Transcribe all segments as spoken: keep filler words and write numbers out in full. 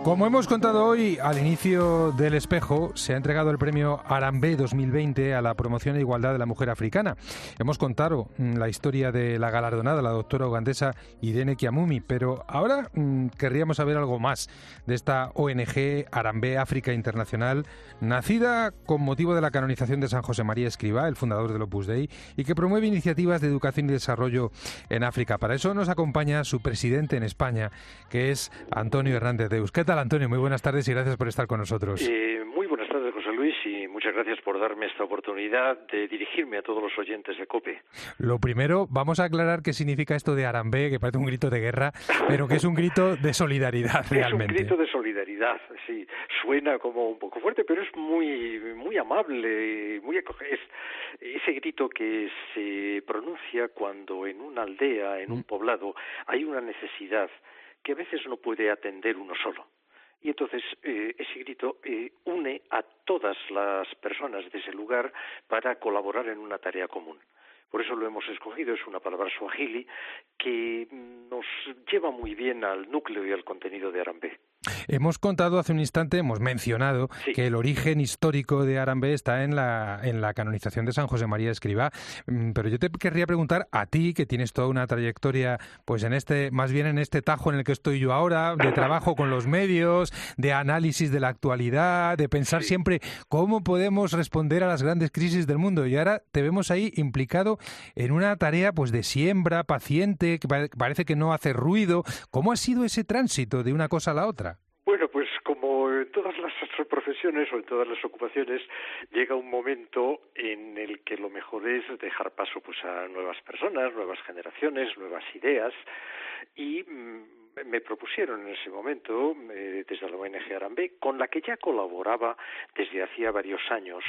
Como hemos contado hoy, al inicio del Espejo se ha entregado el premio Harambee dos mil veinte a la promoción e igualdad de la mujer africana. Hemos contado mmm, la historia de la galardonada, la doctora ugandesa Irene Kiamumi, pero ahora mmm, querríamos saber algo más de esta O N G Harambee África Internacional, nacida con motivo de la canonización de San José María Escrivá, el fundador del Opus Dei, y que promueve iniciativas de educación y desarrollo en África. Para eso nos acompaña su presidente en España, que es Antonio Hernández Deus. ¿Qué tal, Antonio? Muy buenas tardes y gracias por estar con nosotros. Eh, muy buenas tardes, José Luis, y muchas gracias por darme esta oportunidad de dirigirme a todos los oyentes de COPE. Lo primero, vamos a aclarar qué significa esto de Harambee, que parece un grito de guerra, pero que es un grito de solidaridad realmente. Es un grito de solidaridad, sí. Suena como un poco fuerte, pero es muy muy amable, muy acoge- es ese grito que se pronuncia cuando en una aldea, en un poblado, hay una necesidad que a veces no puede atender uno solo. Y entonces eh, ese grito eh, une a todas las personas de ese lugar para colaborar en una tarea común. Por eso lo hemos escogido, es una palabra suajili que nos lleva muy bien al núcleo y al contenido de Harambee. Hemos contado hace un instante, hemos mencionado sí. que el origen histórico de Harambee está en la, en la canonización de San José María Escrivá, pero yo te querría preguntar a ti, que tienes toda una trayectoria, pues en este, más bien en este tajo en el que estoy yo ahora, de trabajo con los medios, de análisis de la actualidad, de pensar sí. siempre cómo podemos responder a las grandes crisis del mundo, y ahora te vemos ahí implicado en una tarea pues de siembra, paciente, que parece que no hace ruido. ¿Cómo ha sido ese tránsito de una cosa a la otra? Bueno, pues como en todas las profesiones o en todas las ocupaciones, llega un momento en el que lo mejor es dejar paso pues a nuevas personas, nuevas generaciones, nuevas ideas, y mmm, me propusieron en ese momento, eh, desde la O N G Harambee, con la que ya colaboraba desde hacía varios años,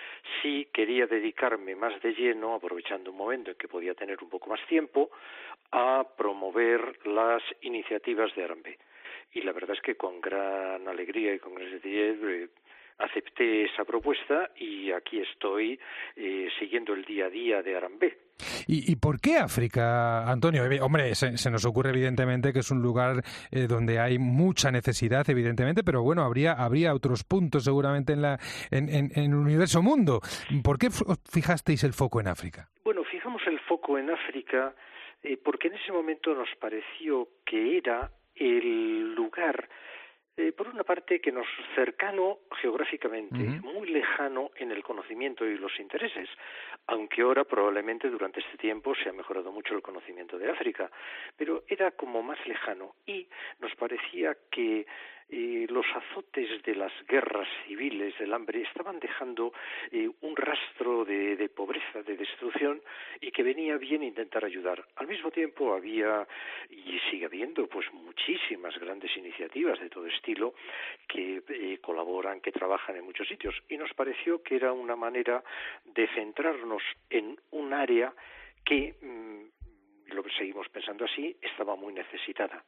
si quería dedicarme más de lleno, aprovechando un momento en que podía tener un poco más tiempo, a promover las iniciativas de Harambee. Y la verdad es que con gran alegría y con gran sencillez eh, acepté esa propuesta y aquí estoy eh, siguiendo el día a día de Harambee. ¿Y, ¿Y por qué África, Antonio? Hombre, se, se nos ocurre evidentemente que es un lugar eh, donde hay mucha necesidad, evidentemente, pero bueno, habría habría otros puntos seguramente en, la, en, en, en el universo mundo. ¿Por qué fijasteis el foco en África? Bueno, fijamos el foco en África eh, porque en ese momento nos pareció que era el lugar, eh, por una parte, que nos cercano geográficamente, uh-huh. muy lejano en el conocimiento y los intereses, aunque ahora probablemente durante este tiempo se ha mejorado mucho el conocimiento de África, pero era como más lejano y nos parecía que eh, los azotes de las guerras civiles, del hambre, estaban dejando eh, un rastro de, de pobreza, de destrucción, y que venía bien intentar ayudar. Al mismo tiempo había, y sigue habiendo, pues muchísimas grandes iniciativas de todo estilo que eh, colaboran, que trabajan en muchos sitios, y nos pareció que era una manera de centrarnos en un área que, mmm, lo que seguimos pensando así, estaba muy necesitada.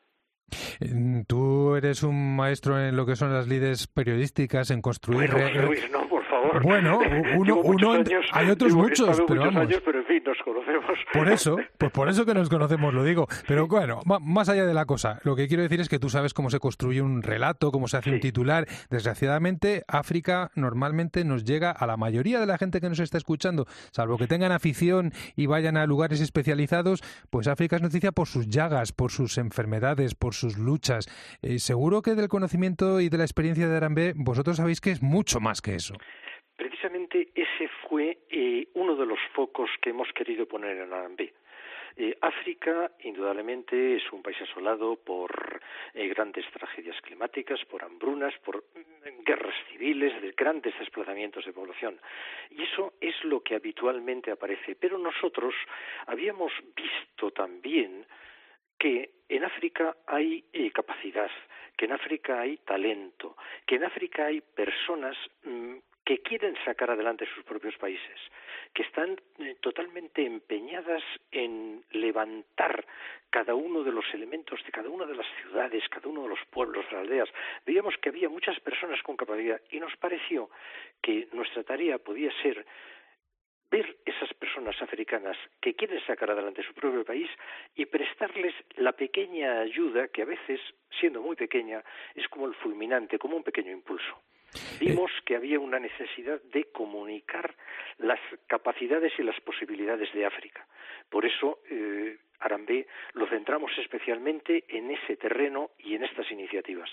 Tú eres un maestro en lo que son las lides periodísticas, en construir... Bueno, José Luis, no, por favor. Bueno, uno, uno años, hay otros muchos, pero muchos vamos. Años, pero en fin, nos conocemos. Por eso, pues por eso que nos conocemos, lo digo. Pero bueno, más allá de la cosa, lo que quiero decir es que tú sabes cómo se construye un relato, cómo se hace sí. un titular. Desgraciadamente, África normalmente nos llega a la mayoría de la gente que nos está escuchando, salvo que tengan afición y vayan a lugares especializados, pues África es noticia por sus llagas, por sus enfermedades, por sus luchas. Eh, seguro que del conocimiento y de la experiencia de Harambee, vosotros sabéis que es mucho más que eso. Precisamente ese fue eh, uno de los focos que hemos querido poner en Harambee. Eh, África, indudablemente, es un país asolado por eh, grandes tragedias climáticas, por hambrunas, por mm, guerras civiles, de grandes desplazamientos de población. Y eso es lo que habitualmente aparece. Pero nosotros habíamos visto también que en África hay eh, capacidad, que en África hay talento, que en África hay personas mmm, que quieren sacar adelante sus propios países, que están eh, totalmente empeñadas en levantar cada uno de los elementos de cada una de las ciudades, cada uno de los pueblos, de las aldeas. Veíamos que había muchas personas con capacidad y nos pareció que nuestra tarea podía ser ver esas personas africanas que quieren sacar adelante su propio país y prestarles la pequeña ayuda que a veces, siendo muy pequeña, es como el fulminante, como un pequeño impulso. Vimos que había una necesidad de comunicar las capacidades y las posibilidades de África. Por eso, eh, Harambee lo centramos especialmente en ese terreno y en estas iniciativas.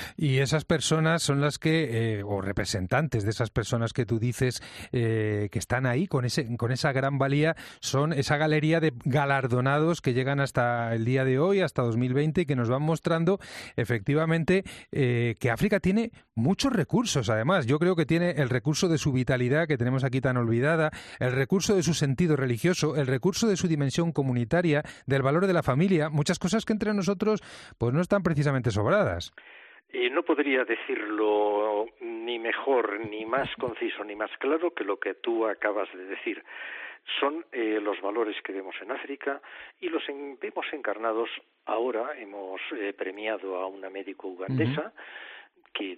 Y esas personas son las que, eh, o representantes de esas personas que tú dices eh, que están ahí con ese, con esa gran valía, son esa galería de galardonados que llegan hasta el día de hoy, hasta dos mil veinte, y que nos van mostrando efectivamente eh, que África tiene muchos recursos. Además, yo creo que tiene el recurso de su vitalidad, que tenemos aquí tan olvidada, el recurso de su sentido religioso, el recurso de su dimensión comunitaria, del valor de la familia, muchas cosas que entre nosotros pues no están precisamente sobradas. Eh, no podría decirlo ni mejor, ni más conciso, ni más claro que lo que tú acabas de decir. Son eh, los valores que vemos en África y los en, vemos encarnados ahora. Hemos eh, premiado a una médico ugandesa uh-huh. que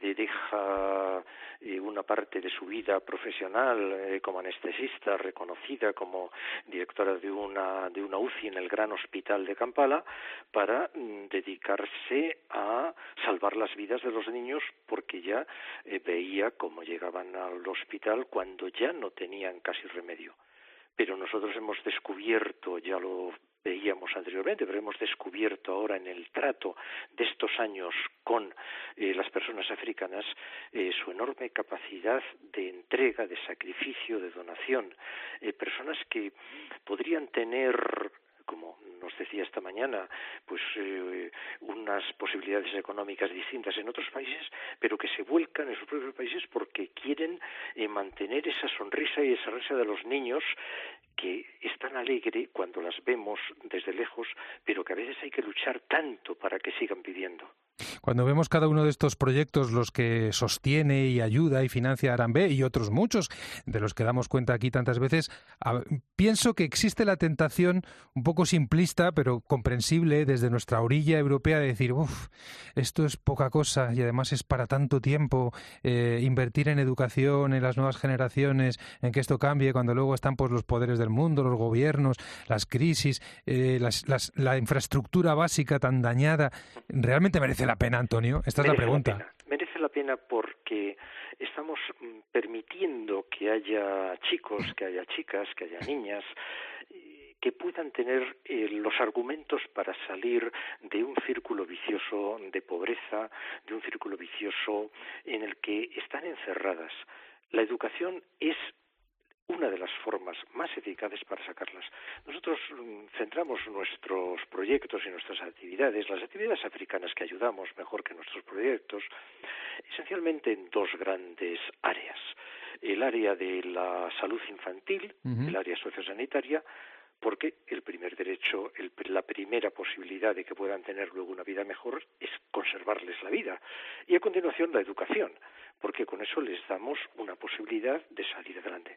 deja eh, una parte de su vida profesional eh, como anestesista, reconocida como directora de una de una U C I en el gran hospital de Kampala, para mm, dedicarse a salvar las vidas de los niños, porque ya eh, veía cómo llegaban al hospital cuando ya no tenían casi remedio. Pero nosotros hemos descubierto, ya lo veíamos anteriormente, pero hemos descubierto ahora en el trato de estos años con eh, las personas africanas eh, su enorme capacidad de entrega, de sacrificio, de donación. Eh, personas que podrían tener, como nos decía esta mañana, pues eh, unas posibilidades económicas distintas en otros países, pero que se vuelcan en sus propios países porque quieren eh, mantener esa sonrisa y esa risa de los niños, que es tan alegre cuando las vemos desde lejos, pero que a veces hay que luchar tanto para que sigan pidiendo. Cuando vemos cada uno de estos proyectos, los que sostiene y ayuda y financia Harambee y otros muchos de los que damos cuenta aquí tantas veces, a, pienso que existe la tentación un poco simplista, pero comprensible desde nuestra orilla europea, de decir, uff, esto es poca cosa y además es para tanto tiempo, eh, invertir en educación, en las nuevas generaciones, en que esto cambie, cuando luego están pues los poderes del mundo, los gobiernos, las crisis, eh, las, las, la infraestructura básica tan dañada. ¿Realmente merece la pena, Antonio? Esta es la pregunta. La pena. Merece la pena porque estamos permitiendo que haya chicos, que haya chicas, que haya niñas que puedan tener eh, los argumentos para salir de un círculo vicioso de pobreza, de un círculo vicioso en el que están encerradas. La educación es una de las formas más eficaces para sacarlas. Nosotros centramos nuestros proyectos y nuestras actividades, las actividades africanas que ayudamos mejor que nuestros proyectos, esencialmente en dos grandes áreas. El área de la salud infantil, uh-huh. el área sociosanitaria, porque el primer derecho, el, la primera posibilidad de que puedan tener luego una vida mejor es conservarles la vida. Y a continuación la educación, porque con eso les damos una posibilidad de salir adelante.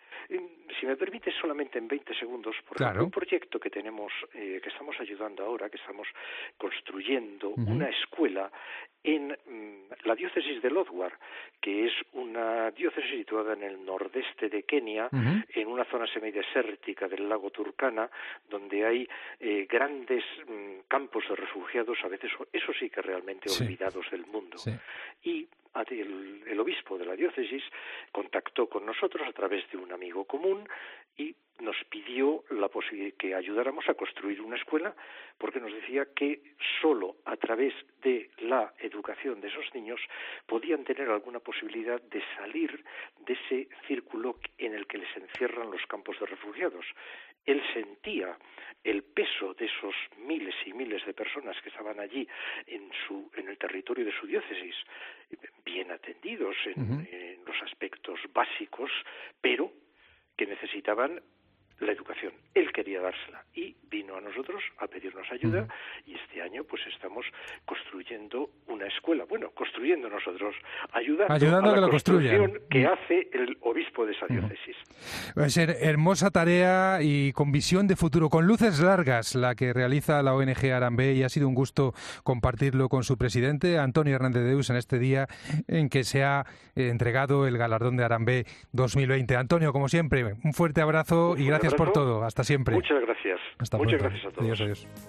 Si me permite, solamente en veinte segundos, por claro. ejemplo, un proyecto que tenemos, eh, que estamos ayudando ahora, que estamos construyendo uh-huh. una escuela en mm, la diócesis de Lodwar, que es una diócesis situada en el nordeste de Kenia, uh-huh. en una zona semidesértica del lago Turkana, donde hay eh, grandes mm, campos de refugiados, a veces, eso sí que realmente sí. olvidados del mundo. Sí. Y El, el obispo de la diócesis contactó con nosotros a través de un amigo común y nos pidió la posibilidad que ayudáramos a construir una escuela, porque nos decía que solo a través de la educación de esos niños podían tener alguna posibilidad de salir de ese círculo en el que les encierran los campos de refugiados. Él sentía el peso de esos miles y miles de personas que estaban allí en su en el territorio de su diócesis, bien atendidos en, uh-huh. en los aspectos básicos, pero que necesitaban la educación. Él quería dársela y vino a nosotros a pedirnos ayuda uh-huh. y este año pues estamos construyendo una escuela. Bueno, construyendo nosotros, ayudando, ayudando a la que construcción lo que hace el obispo de esa diócesis. Va a ser hermosa tarea y con visión de futuro, con luces largas, la que realiza la O N G Arambe, y ha sido un gusto compartirlo con su presidente, Antonio Hernández Deus, en este día en que se ha entregado el galardón de Arambe dos mil veinte. Antonio, como siempre, un fuerte abrazo un y gracias abrazo. por todo. Hasta siempre. Muchas gracias. Hasta Muchas pronto. gracias a todos. Adiós, adiós.